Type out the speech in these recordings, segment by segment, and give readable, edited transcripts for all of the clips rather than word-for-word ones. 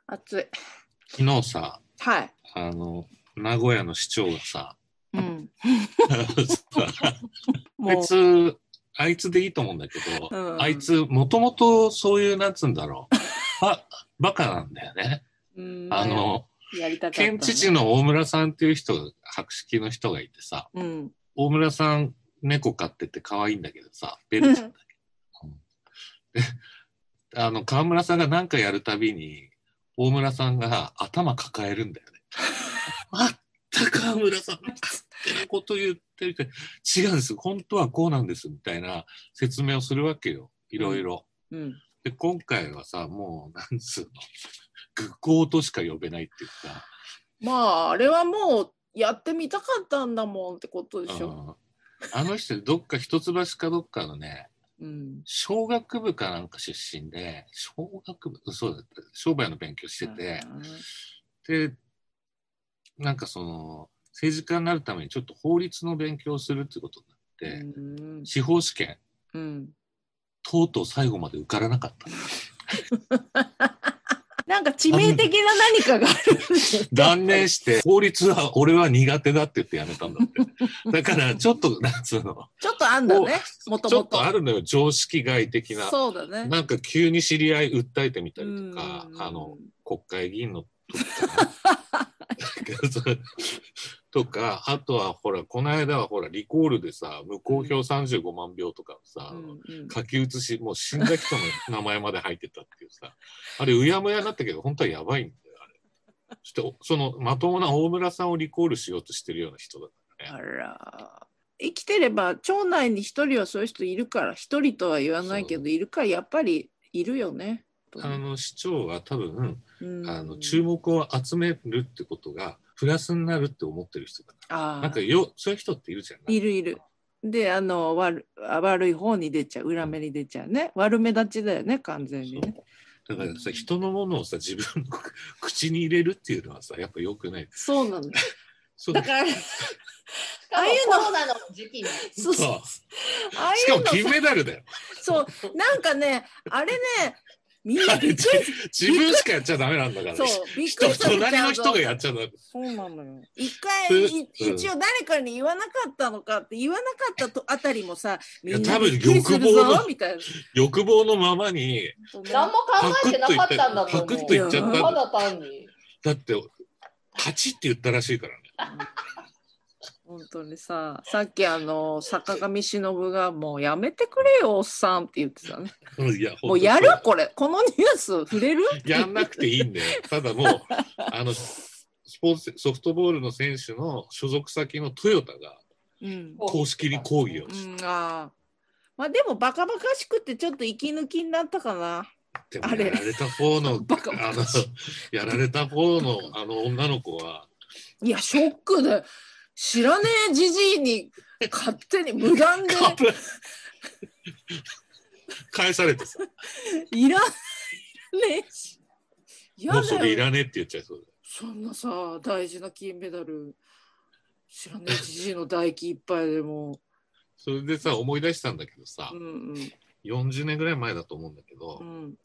暑い。 昨日さ、 はい。 名古屋の市長がさ、 うん。 あいつでいいと思うんだけど、 うん、 あいつもともとそういう、なんつうんだろう、バカなんだよね。 うん、まあやりたかったね。 県知事の大村さんっていう人が、博識の人がいてさ、 うん、 大村さん猫飼ってて可愛いんだけどさ、ベルちゃんだけど。で、川村さんが何かやるたびに、大村さんが頭抱えるんだよね。まったく川村さん、勝手なこと言ってるって、違うんです。本当はこうなんです。みたいな説明をするわけよ。いろいろ。で、今回はさ、もう、なんつうの、愚行としか呼べないっていうか。 まあ、あれはもう、やってみたかったんだもんってことでしょ。 あの人、どっか一橋かどっかのね、 うん、 商学部かなんか出身で、商学部、そうだった、商売の勉強してて、で、なんかその、政治家になるためにちょっと法律の勉強をするっていうことになって、司法試験、とうとう最後まで受からなかった。 なんか致命的な何かがある。 断念して、法律は俺は苦手だって言ってやめたんだって。だからちょっと、なんつうの。 ちょっとあんだね、もともと。 ちょっとあるのよ、常識外的な。 そうだね。 なんか急に知り合い訴えてみたりとか、国会議員の時かな。とか、あとはほら、この間はほら、リコールでさ、無効票35万票とかさ、書き写し、もう死んだ人の名前まで入ってたっていうさ、あれ、うやむやになったけど、本当はやばいんだよ、あれ。そして、その、まともな大村さんをリコールしようとしてるような人だからね。 あら。生きてれば、町内に一人はそういう人いるから、一人とは言わないけど、いるから、やっぱりいるよね。 市長は多分、注目を集めるってことが、プラスになるって思ってる人だから。なんかそういう人っているじゃない。 いるいる。で、悪い方に出ちゃう、裏目に出ちゃうね。悪目立ちだよね、完全にね。 だからさ、人のものをさ、自分の口に入れるっていうのはさ、やっぱ良くない。 そうなんだ。だから、 ああいうコロナの時期に。 そう。しかも金メダルだよ。 そう。なんかね、あれね、みんなびっくり自分しかやっちゃダメなんだから、ね。 そう、びっくり隣の人がやっちゃダメ。 そうなのよ。一回、一応誰かに言わなかったのかって言わなかったとあたりもさ、みんなびっくりするぞみたいな。 欲望のままに。 何も考えてなかったんだと思う。 パクッと言っちゃった。 ただ単に。 だって、勝ちって言ったらしいからね。 本当にさ、さっき坂上忍がもうやめてくれよ、おっさんって言ってたね。もうやるこれ、このニュース触れるやんなくていいんだよ。ただもう、ソフトボールの選手の所属先のトヨタが公式に抗議をして。 まあでもバカバカしくてちょっと息抜きになったかな。 でもやられた方のやられた方の女の子は。 いや、ショックで。知らねえじじいに勝手に無断で返されてさ、 いらねえし、 もうそれいらねえって言っちゃいそうだ。 そんなさ、大事な金メダル知らねえじじいの唾液いっぱいでも。 それでさ、思い出したんだけどさ、40年ぐらい前だと思うんだけど、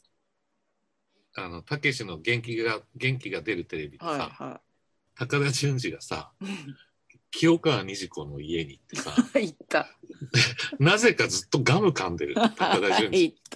たけしの元気が出るテレビでさ、高田純次がさ、清川虹子の家に行ってさ、 行った。 なぜかずっとガム噛んでる高田純次。 行った。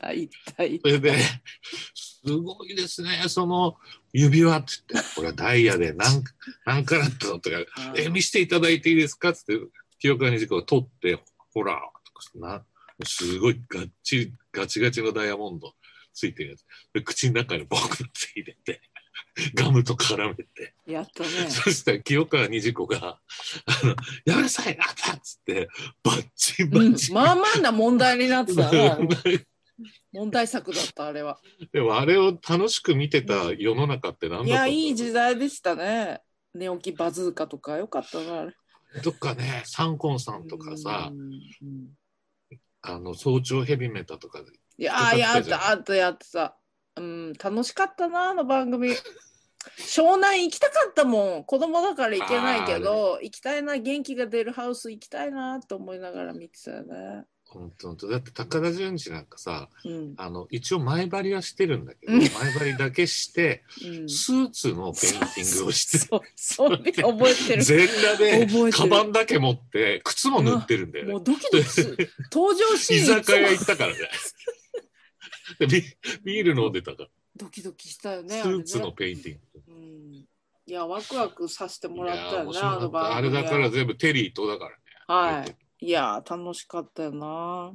それで、すごいですね、その指輪って言って、これはダイヤで何カラットとか、見せていただいていいですかって言って、清川虹子が取って、ほら、すごいガチガチのダイヤモンドついてるやつ。で口の中にボクって入れて、ガムと絡めて。 やったね。 そしたら清川虹子が、やめなさい、あったっつって、バッチン。 まあまあな問題になってたな。問題作だった、あれは。 でもあれを楽しく見てた世の中って何だったんだろう。 いや、いい時代でしたね。寝起きバズーカとかよかったな、あれ。 どっかね、サンコンさんとかさ、早朝ヘビメタとかで。 いや、やってた。楽しかったな、あの番組。湘南行きたかったもん。子供だから行けないけど、行きたいな、元気が出るハウス行きたいなと思いながら見てたよね。 本当だって高田純次なんかさ、 うん、 一応前張りはしてるんだけど、前張りだけして、スーツのペインティングをして、 そう覚えてる。 全裸でカバンだけ持って靴も塗ってるんだよね。 もうドキドキする。登場シーン居酒屋行ったからね。ビール飲んでたから。 ドキドキしたよね。 スーツのペインティング。 いやワクワクさせてもらったよね。 あれだから全部テリーとだからね。 はい。いや楽しかったよな。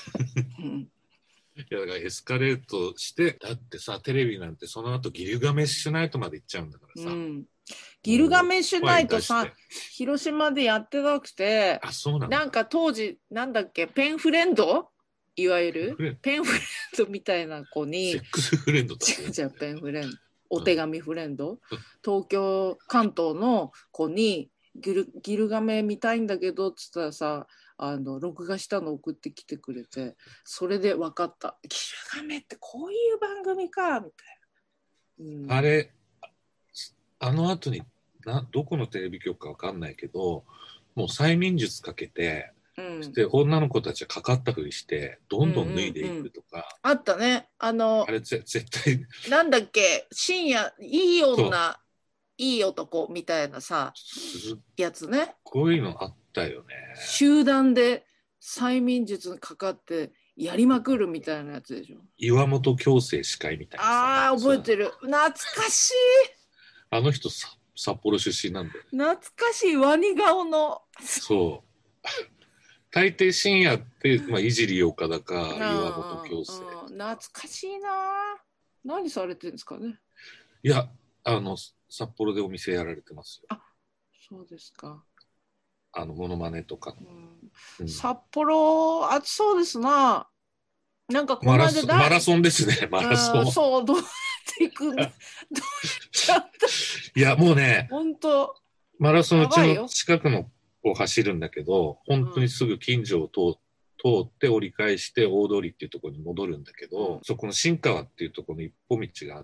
いやだからエスカレートしてだってさテレビなんてその後ギルガメッシュナイトまで行っちゃうんだからさ、 ギルガメッシュナイトさ広島でやってなくて、なんか当時なんだっけペンフレンドいわゆるペンフレンドみたいな子にセックスフレンドだじゃペンフレンドお手紙フレンド、東京関東の子にギルガメ見たいんだけどっつったらさ録画したの送ってきてくれてそれで分かったギルガメってこういう番組かみたいな、 あれあの後にどこのテレビ局か分かんないけどもう催眠術かけて、で女の子たちはかかったふりしてどんどん脱いでいくとか、 あったねあれ絶対なんだっけ深夜いい女いい男みたいなさやつねこういうのあったよね集団で催眠術にかかってやりまくるみたいなやつでしょ岩本京成司会みたいな覚えてる懐かしいあの人札幌出身なんだよ懐かしいワニ顔のそう大抵深夜って、いじり岡田か岩本京成懐かしいな何されてるんですかねいや札幌でお店やられてますよそうですかモノマネとか、 札幌暑そうですななんかこの間マラソンですねマラソンそうどうやって行くんだいやもうね本当マラソンうちの近くのを走るんだけど本当にすぐ近所を通って折り返して大通りっていうところに戻るんだけど、そこの新川っていうところの一本道があって、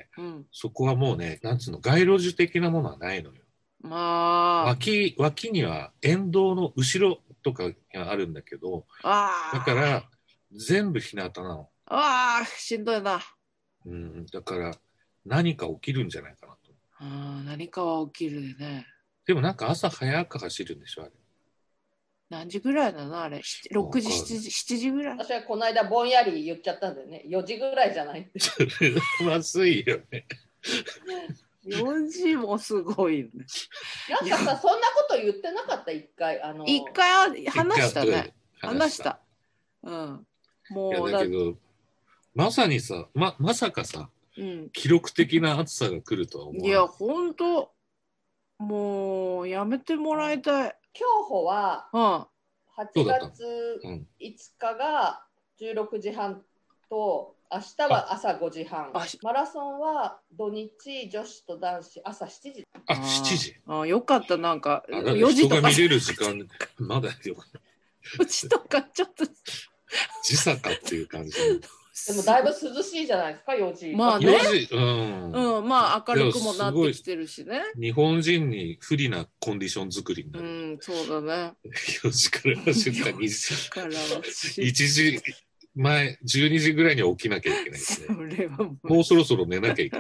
そこはもうねなんつうの街路樹的なものはないのよ。脇には沿道の後ろとかがあるんだけどだから全部日向なの。 しんどいな。 だから何か起きるんじゃないかなと。 何かは起きるね。 でもなんか朝早く走るんでしょあれ。 何時ぐらいだなあれ。6時7時ぐらい。 私はこの間ぼんやり言っちゃったんだよね。4時ぐらいじゃないって。 まずいよね。 4時もすごいよね。 なんかさそんなこと言ってなかった一回話したね。話した。 もうだけどまさにさまさかさ、記録的な暑さが来るとは思う。 いや本当もうやめてもらいたい。 競歩は8月5日が16時半と明日は朝5時半。マラソンは土日女子と男子朝7時。 7時。 よかったなんか4時とか人が見れる時間まだよ。 4時とかちょっと時差かっていう感じ。 でもだいぶ涼しいじゃないですか4時。 まあね。まあ明るくもなってきてるしね。 日本人に不利なコンディション作りになる。 そうだね。 4時から走った2時から1時前12時ぐらいには起きなきゃいけないですね。もうそろそろ寝なきゃいけない。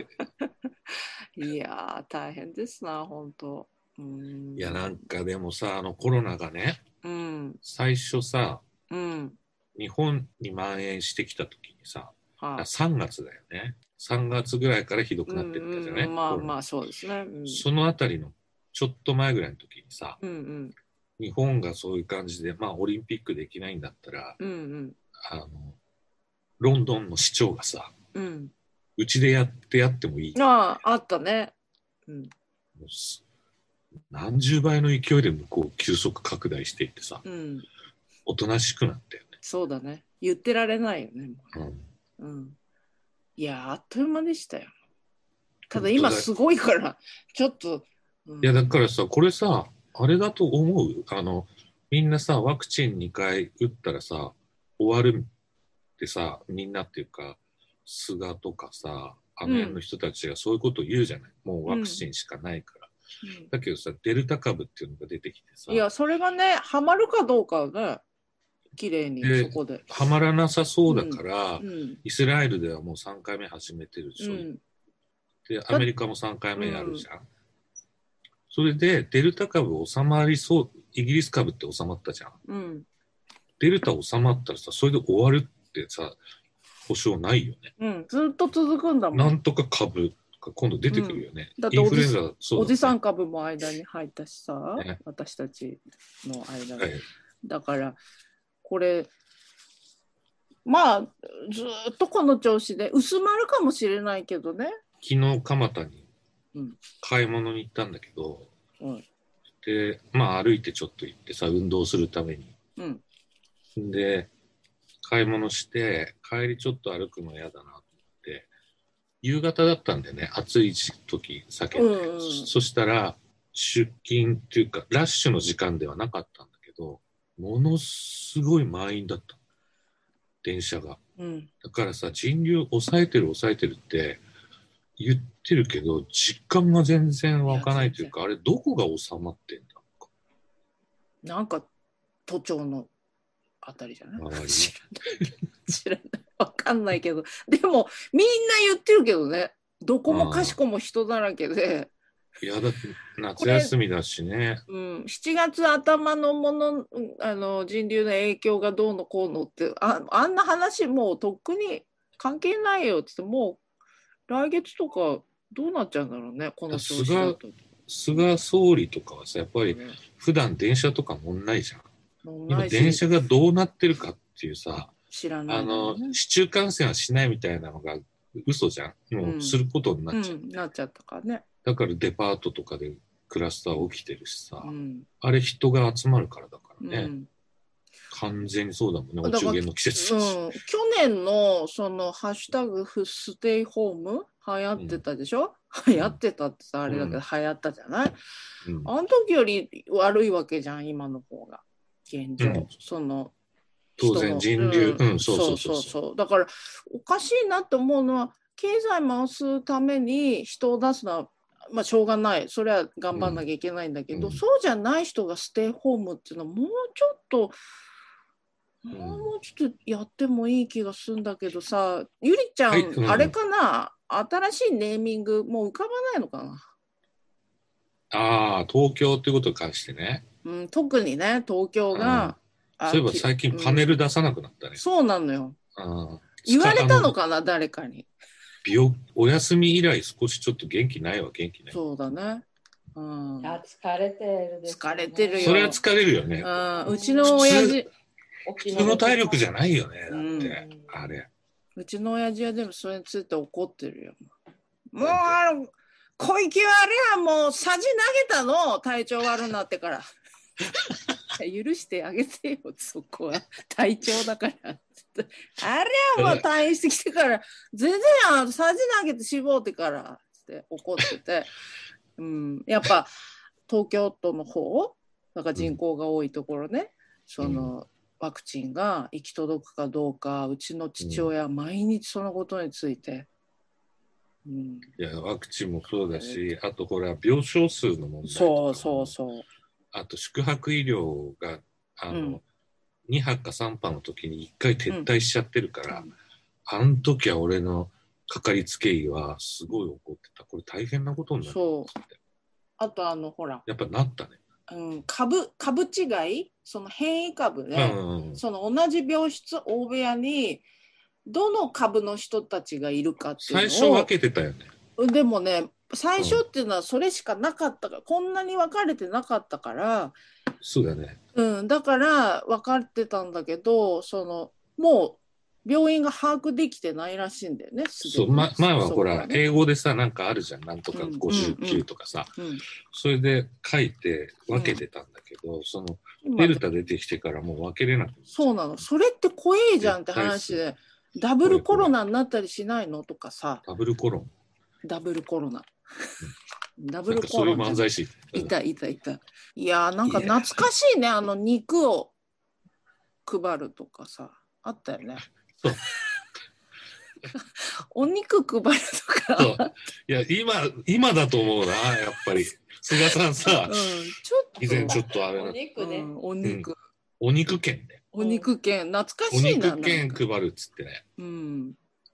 いや大変ですな本当。 いやなんかでもさコロナがね、最初さ、日本に蔓延してきた時にさ、3月だよね。3月ぐらいからひどくなってったじゃない。 まあそうですね。 そのあたりのちょっと前ぐらいの時にさ、日本がそういう感じでオリンピックできないんだったら、ロンドンの市長がさ、うちでやってもいい。 あったね。 何十倍の勢いで向こう急速拡大していってさ、おとなしくなったよね。 そうだね。言ってられないよね。いやあっという間でしたよ。ただ今すごいからちょっと。 いやだからさこれさあれだと思うみんなさワクチン2回打ったらさ終わるってさみんなっていうか菅とかさ辺の人たちがそういうことを言うじゃない。もうワクチンしかないから。だけどさデルタ株っていうのが出てきてさ。 いやそれがねハマるかどうかはね。 綺麗にそこではまらなさそうだから、 うんうん、 イスラエルではもう3回目始めてるでしょ、うん、でアメリカも3回目やるじゃん、それでデルタ株収まりそう、イギリス株って収まったじゃん、デルタ収まったらさ、それで終わるってさ、保証ないよね、 ずっと続くんだもん。 なんとか株が今度出てくるよね、 だってインフルエンザ、そうだね、おじさん株も間に入ったしさ、ね、私たちの間に、はい、だからこれまあずっとこの調子で薄まるかもしれないけどね。 昨日蒲田に買い物に行ったんだけど、でまあ歩いてちょっと行ってさ、運動するために、で買い物して帰りちょっと歩くの嫌だなと思って夕方だったんでね、暑い時避けて、そしたら出勤っていうかラッシュの時間ではなかったんだけど、ものすごい満員だった電車が、だからさ、人流抑えてるって言ってるけど実感が全然湧かないというか、あれどこが収まってんだろうか。 なんか都庁のあたりじゃない？知らないわかんないけど、でもみんな言ってるけどね、どこもかしこも人だらけで。 いやだって夏休みだしね、 7月頭の人流の影響がどうのこうのってあんな話もうとっくに関係ないよって言って、もう来月とかどうなっちゃうんだろうね、この調子だと。 菅総理とかはさ、やっぱり普段電車とか乗んないじゃん。今電車がどうなってるかっていうさ、 知らない、ね、 市中感染はしないみたいなのが嘘じゃん。もうすることになっちゃう、 なっちゃったからね。 だからデパートとかでクラスター起きてるしさ、あれ人が集まるからだからね、完全にそうだもんね、お中元の季節だし、 去年のそのハッシュタグステイホーム流行ってたでしょ、流行ってたってさあれだけど、流行ったじゃない、あの時より悪いわけじゃん今の方が現状、その当然人流、 そうだからおかしいなって思うのは、経済回すために人を出すのはまあしょうがない、それは頑張んなきゃいけないんだけど、そうじゃない人がステイホームっていうのはもうちょっとやってもいい気がするんだけどさ、ゆりちゃん、あれかな、新しいネーミングもう浮かばないのかな。 東京っていうことに関してね、 特にね東京が、 そういえば最近パネル出さなくなったね、 そうなのよ、言われたのかな誰かに。 お休み以来少しちょっと元気ないわ、元気ない。 そうだね、 疲れてるです、 疲れてるよ。 それは疲れるよね、 うちの親父普通の体力じゃないよね、だってあれ。 うちの親父はでもそれについて怒ってるよ。もう小池はあれはもうさじ投げたの、体調悪くなってから許してあげてよ、そこは体調だからあれはもう退院してきてから全然さじ投げて死亡ってからって怒っててやっぱ東京都の方なんか人口が多いところね、そのワクチンが行き届くかどうか、うちの父親毎日そのことについて、 いやワクチンもそうだし、あとこれは病床数の問題とか、あと宿泊医療が2泊か3泊の時に1回撤退しちゃってるから、あの時は俺のかかりつけ医はすごい怒ってた。これ大変なことになるって。あとほらやっぱなったね、 株違い、その変異株で、その同じ病室大部屋にどの株の人たちがいるかっていうのを最初分けてたよね。 でもね最初っていうのはそれしかなかったから、こんなに分かれてなかったから、 そうだね、 だから分かってたんだけど、そのもう病院が把握できてないらしいんだよね。 そう前はほら、英語でさなんかあるじゃん、なんとか59とかさ、それで書いて分けてたんだけど、そのデルタ出てきてからもう分けれなくなっちゃう。 そうなの、それって怖いじゃんって話で、ダブルコロナになったりしないのとかさ。 ダブルコロナダブルコロナそういう漫才師いた。いやなんか懐かしいね、肉を配るとかさあったよね。 そうお肉配るとかいや今だと思うな、やっぱり菅さんさ、以前ちょっとあれお肉ね、 お肉お肉券ね、 お肉券懐かおしいな。 肉券配るっつってね。 うん。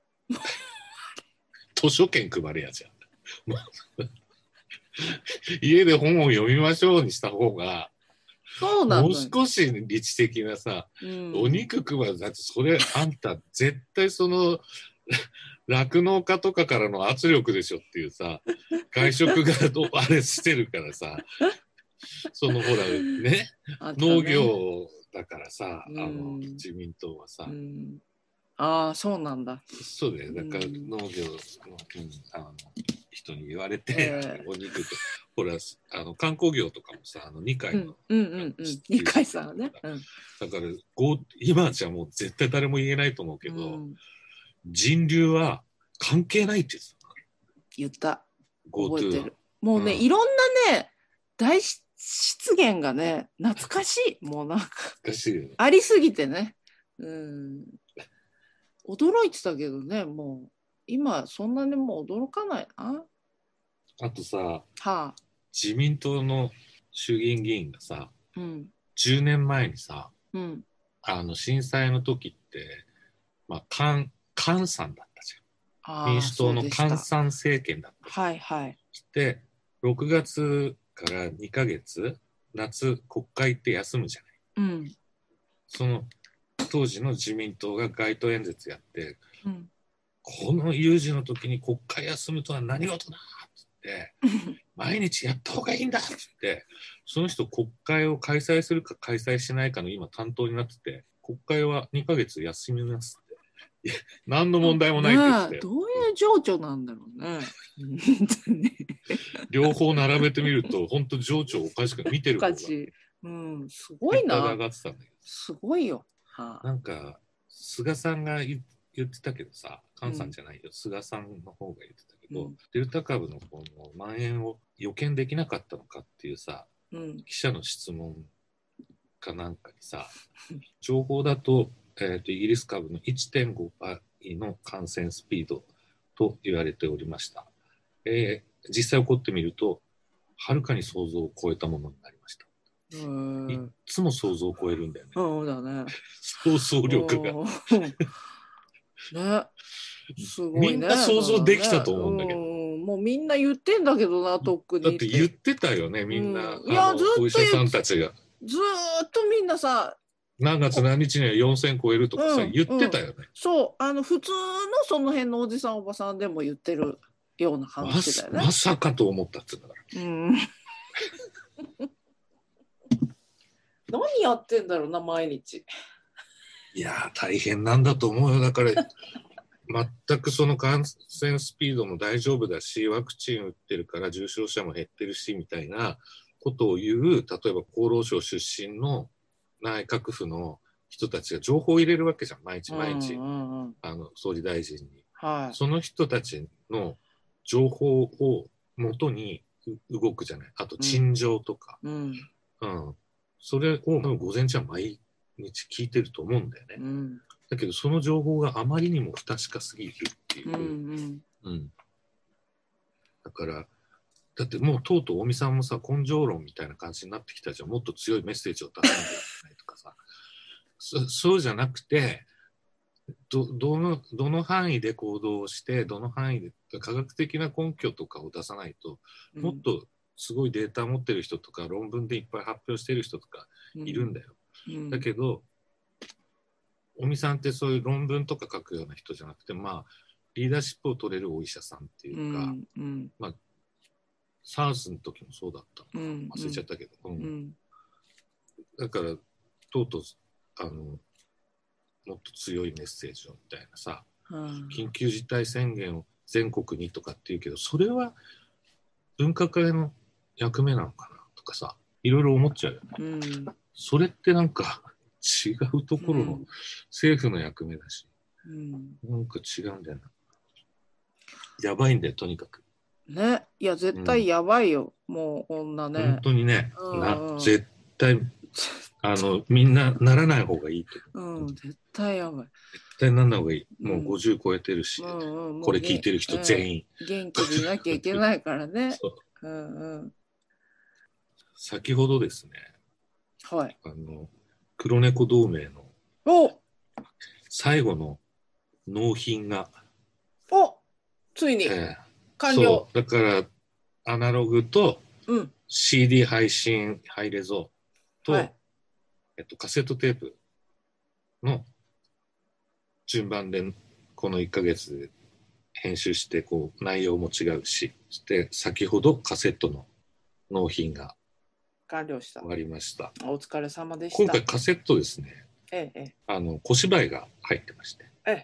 図書券配るやつや。家で本を読みましょうにした方が、 そうなのよ。 もう少し理知的なさ、お肉配る。だってそれ、あんた絶対その、酪農家とかからの圧力でしょっていうさ、外食があれしてるからさ、そのほらね、農業だからさ、自民党はさ、 ああ、そうなんだ。 そうだよ。だから農業の、人に言われて、お肉と、ほら、観光業とかもさ、二階の。 二階さんはね。 だから、今じゃもう絶対誰も言えないと思うけど、人流は関係ないって言った。 GoTo は。 もうね、いろんなね、大失言がね、懐かしい。もうなんか、ありすぎてね。驚いてたけどね、もう今そんなにもう驚かないな。 あとさ、自民党の衆議院議員がさ、10年前にさ、震災の時って、まあ、菅さんだったじゃん。民主党の菅さん政権だったじゃん。 はいはい。 で、6月から2ヶ月、夏、国会って休むじゃない。その当時の自民党が街頭演説やって、この有事の時に国会休むとは何事だって毎日やった方がいいんだってその人国会を開催するか開催しないかの今担当になってて、国会は2ヶ月休みますって何の問題もないって言って、 どういう情緒なんだろうね。 両方並べてみると本当情緒おかしく見てる方がすごいな。すごいよ。 なんか菅さんが言ってたけどさ、菅さんじゃないよ、菅さんの方が言ってたけど、デルタ株のこの蔓延を予見できなかったのかっていうさ、記者の質問かなんかにさ、情報だと、イギリス株の 1.5 倍の感染スピードと言われておりました。実際起こってみると、はるかに想像を超えたものになりました。いつも想像を超えるんだよね。 そうだね。 想像力が。 ね。すごいね。 みんな想像できたと思うんだけど。 もうみんな言ってんだけどな、とっくに。 だって言ってたよね、みんな。 いや、ずっとお医者さんたちが。 ずっとみんなさ、 何月何日には4000超えるとかさ、言ってたよね。 そう、普通のその辺のおじさんおばさんでも言ってるような話だよね。 まさかと思ったって言うんだから。 何やってんだろうな、毎日。 いや大変なんだと思うよ。だから全くその感染スピードも大丈夫だし、ワクチン打ってるから重症者も減ってるしみたいなことを言う、例えば厚労省出身の内閣府の人たちが情報を入れるわけじゃん、毎日毎日、総理大臣に、その人たちの情報をもとに動くじゃない。あと陳情とか、それを午前中は毎日聞いてると思うんだよね。だけどその情報があまりにも不確かすぎるっていう。だからだってもうとうとう尾身さんもさ、根性論みたいな感じになってきたじゃん。もっと強いメッセージを出さなきゃいけないとかさ。そうじゃなくて、どの範囲で行動をして、どの範囲で科学的な根拠とかを出さないと、もっとすごいデータを持ってる人とか、論文でいっぱい発表してる人とかいるんだよ。だけど、尾身さんってそういう論文とか書くような人じゃなくて、まあ、リーダーシップを取れるお医者さんっていうか、まあ、SARS の時もそうだったのか、忘れちゃったけど、だからとうとうもっと強いメッセージをみたいなさ、緊急事態宣言を全国にとかっていうけど、それは分科会の役目なのかなとかさ、いろいろ思っちゃうよね。それってなんか違うところの政府の役目だし、なんか違うんだよな。やばいんだよ、とにかく。 ね、いや絶対やばいよ、もうこんなね。 本当にね、絶対みんなならない方がいいと。 絶対やばい。 絶対なんない方がいい。もう50超えてるし、これ聞いてる人全員。 元気でなきゃいけないからね。 先ほどですね、 はい。 黒猫同盟の最後の納品がついに完了。 そうだからアナログと CD 配信ハイレゾと、カセットテープの順番でこの1ヶ月で編集してこう内容も違うし、して先ほどカセットの納品が完了した。 終わりました。 お疲れ様でした。 今回カセットですね。小芝居が入ってまして、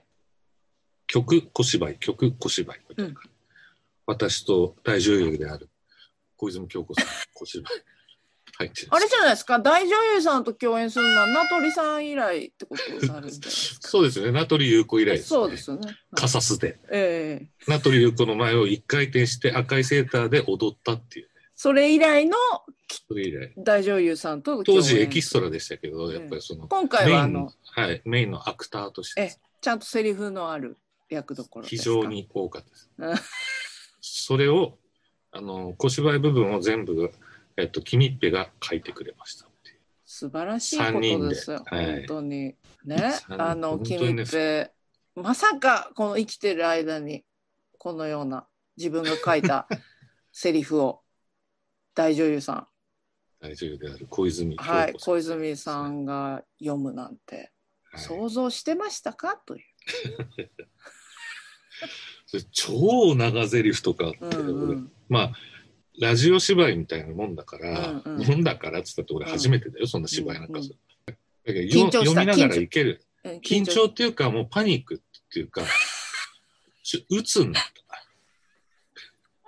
曲小芝居曲小芝居みたいな、私と大女優である小泉京子さん小芝居入ってる。 あれじゃないですか、大女優さんと共演するのは名取さん以来ってことになるんじゃないですか。 そうですね、名取裕子以来ですね。 そうですね。 カサスで、名取裕子の前を一回転して赤いセーターで踊ったっていう、 それ以来の大女優さんと当時エキストラでしたけど、やっぱりその今回はメインのアクターとしてちゃんとセリフのある役どころですか。 非常に多かったです。それを小芝居部分を全部君っぺが書いてくれましたっていう。 素晴らしいことですよ、本当にね。君っぺまさかこの生きてる間にこのような自分が書いたセリフを大女優さん、 大女優である小泉京子さん、 小泉さんが読むなんて、想像してましたかという超長台詞とかって、まあラジオ芝居みたいなもんだから、もんだからっつったって俺初めてだよ、そんな芝居なんかする。だけど読みながらいける。緊張っていうかもうパニックっていうか鬱になった。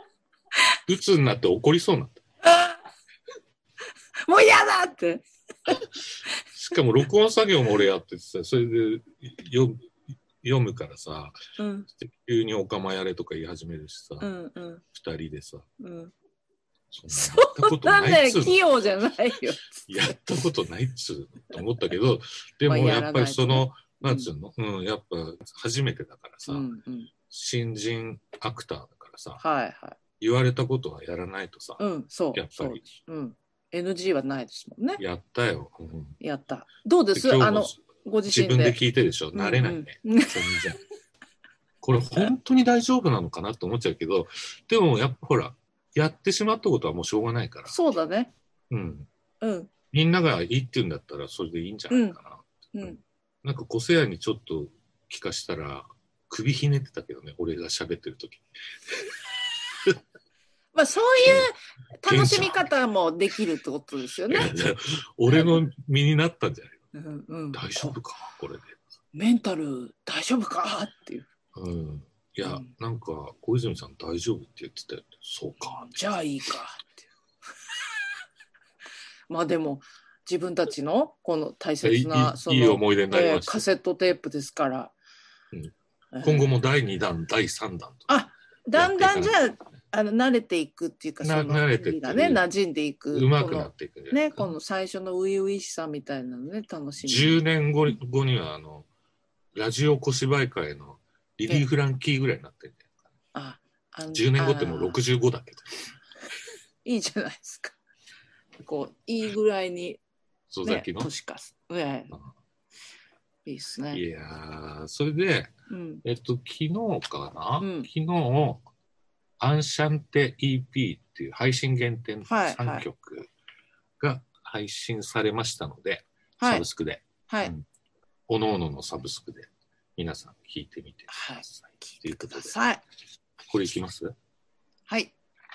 鬱になって怒りそうになった。 もう嫌だって。 しかも録音作業も俺やっててさ、それで読むからさ、急におかまやれとか言い始めるしさ、2人でさ、 そんなね、器用じゃないよ。 やったことないっつうと思ったけど、でもやっぱりその、なんつうの、やっぱ初めてだからさ、新人アクターだからさ、言われたことはやらないとさ、やっぱり。 NG はないですもんね。 やったよ。 やった。どうです？ご自身で。 自分で聞いてでしょ。慣れないね。全然。これ本当に大丈夫なのかなと思っちゃうけど、でもやっぱほら、やってしまったことはもうしょうがないから。 そうだね。 みんながいいって言うんだったらそれでいいんじゃないかな。なんか小瀬谷にちょっと聞かしたら首ひねってたけどね、俺が喋ってる時。 まあそういう楽しみ方もできるってことですよね。 俺の身になったんじゃないの？大丈夫かこれで。 メンタル大丈夫かっていう。 いや、なんか小泉さん大丈夫って言ってたよ。そうか。 じゃあいいかっていう。まあでも自分たちのこの大切ないい思い出になりました。 カセットテープですから。 今後も第2弾、第3弾と。 だんだんじゃあ慣れていくっていうか、 慣れてがね、馴染んでいく。 うまくなっていくね、この最初の初々しさみたいなのね、楽しみ。 10年後にはラジオ小芝居界のリリー・フランキーぐらいになってるんだよ。10年後ってもう65だけど。 いいじゃないですか。こういいぐらいに年かす。いいっすね。 いやそれで昨日かな、昨日アンシャンテ EP っていう配信限定の3曲が配信されましたので、サブスクで、おのおののサブスクで皆さん聴いてみてください。 聴いてください。 これいきます？ はい。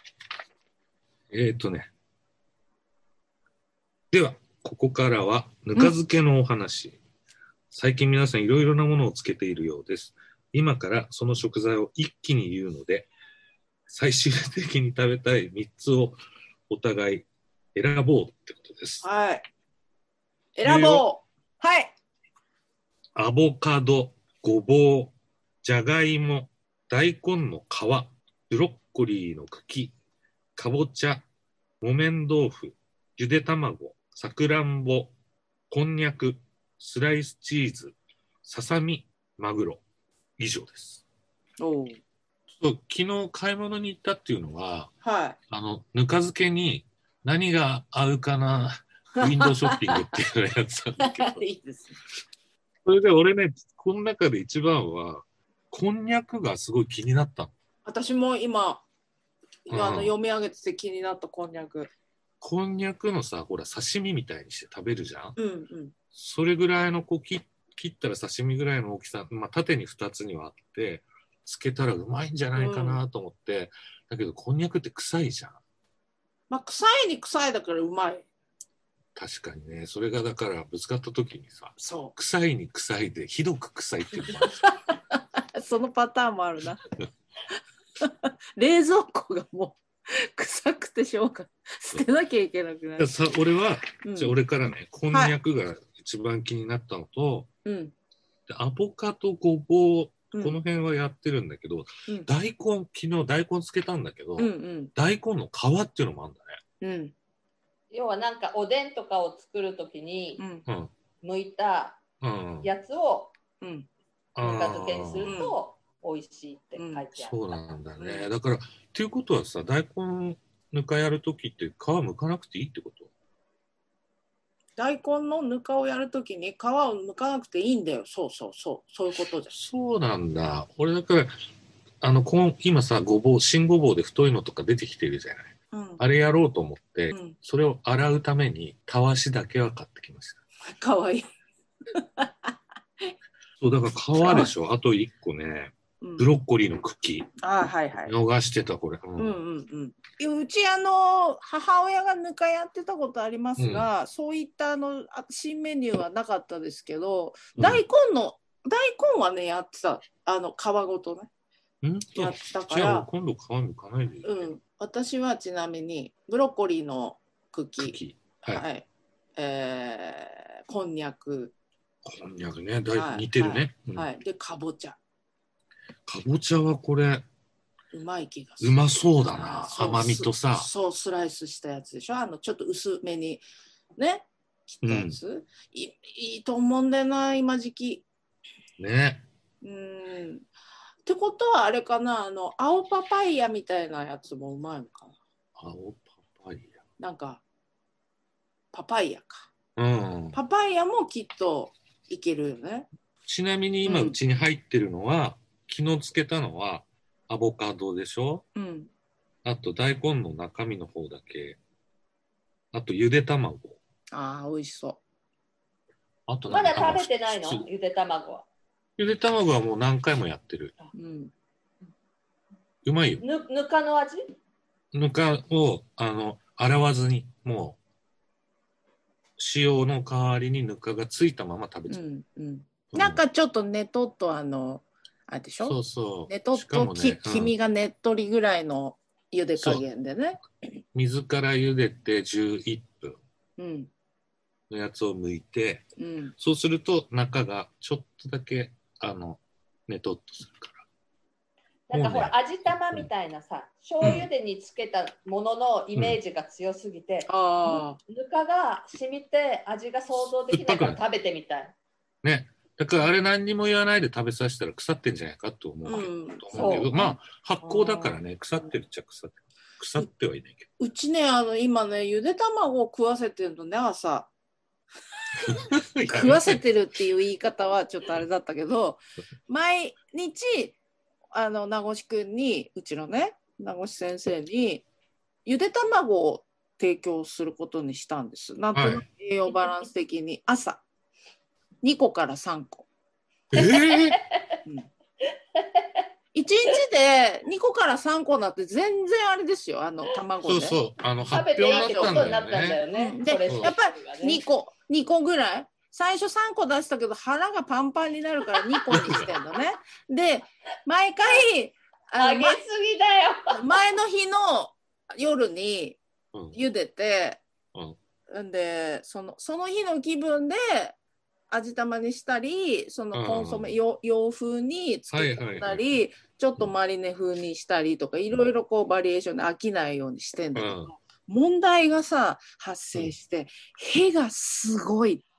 ではここからはぬか漬けのお話。最近皆さんいろいろなものをつけているようです。今からその食材を一気に言うので、最終的に食べたい3つをお互い選ぼうってことです。 はい。選ぼう。はい。 アボカド、ごぼう、じゃがいも、大根の皮、ブロッコリーの茎、かぼちゃ、木綿豆腐、ゆで卵、さくらんぼ、こんにゃく、スライスチーズ、ささみ、マグロ。以上です。昨日買い物に行ったっていうのは、ぬか漬けに何が合うかなウィンドウショッピングっていうのをやってたんだけどいいですね。 それで俺ね、この中で一番は、こんにゃくがすごい気になったの。 私も今、読み上げてて気になったこんにゃく。 こんにゃくのさ、ほら、刺身みたいにして食べるじゃん。 うんうん。 それぐらいの切ったら刺身ぐらいの大きさ、まあ、縦に2つにはあって、つけたらうまいんじゃないかなと思って、だけどこんにゃくって臭いじゃん。 まあ、臭いに臭いだからうまい。 確かにね、それがだからぶつかった時にさ、 そう。 臭いに臭いでひどく臭いっていうのもあるそのパターンもあるな。冷蔵庫がもう臭くてしょうが捨てなきゃいけなくなる。 俺は、じゃあ俺からね、こんにゃくが一番気になったのと、でアボカド、ごぼう、この辺はやってるんだけど、大根、昨日大根つけたんだけど、大根の皮っていうのもあるんだね。 要はなんかおでんとかを作るときに、剥いたやつをぬか漬けにすると美味しいって書いてある。 そうなんだね。だからっていうことはさ、大根ぬかやるときって皮剥かなくていいってこと？ 大根のぬかをやるときに皮を剥かなくていいんだよ。そういうことじゃん。 そうなんだ。俺だから今さ、新ごぼうで太いのとか出てきてるじゃない。あれやろうと思って、それを洗うためにたわしだけは買ってきました。 かわいい。 そうだから皮でしょ。あと1個ね、ブロッコリーの茎。逃してたこれ。 うち母親がぬかやってたことありますが、そういった新メニューはなかったですけど、大根はねやってた、皮ごとね。やってたから。 じゃあ今度皮むかないでいい。 私はちなみにブロッコリーの茎、こんにゃく。 こんにゃくね、似てるね。 でかぼちゃ。 かぼちゃはこれうまい気がする。 うまそうだな。甘みとさ。 そうスライスしたやつでしょ。ちょっと薄めにね切ったやつ。いいと思うんだよな今時期。 ね。 ってことはあれかな、青パパイヤみたいなやつもうまいのかな。 青パパイヤ。 なんかパパイヤか。パパイヤもきっといけるよね。 ちなみに今うちに入ってるのは、昨日漬けたのはアボカドでしょ。あと大根の中身の方だけ。あとゆで卵。 美味しそう。 あとまだ食べてないの？ゆで卵は。 ゆで卵はもう何回もやってる。うまいよ。 ぬかの味？ ぬかを洗わずにもう塩の代わりにぬかがついたまま食べちゃう。 なんかちょっとねとっとあれでしょ。 そう。 ねとっと黄身がねっとりぐらいの茹で加減でね。 水から茹でて11分のやつを剥いて、そうすると中がちょっとだけねとっとするから。 なんかほら、味玉みたいなさ、醤油で煮つけたもののイメージが強すぎて、ぬかが染みて味が想像できないから食べてみたい。 ね。だからあれ何にも言わないで食べさせたら腐ってんじゃないかと思うけど、まあ発酵だからね、腐ってるっちゃ腐ってはいないけど。 うちね、今ね、ゆで卵を食わせてるのね、朝。食わせてるっていう言い方はちょっとあれだったけど、毎日名越くんに、うちのね名越先生にゆで卵を提供することにしたんです。なんとなく栄養バランス的に朝2個から3個。1日で2個から3個なんて全然あれですよ、卵で。 そう発表になったんだよね。 でやっぱり2個ぐらい。最初3個出したけど腹がパンパンになるから2個にしてんのね。で毎回あげすぎだよ。 前の日の夜に茹でて、でその日の気分で味玉にしたり、そのコンソメ洋風につけたり、ちょっとマリネ風にしたりとか、いろいろこうバリエーションで飽きないようにしてんだけど、問題がさ発生して、屁がすごいって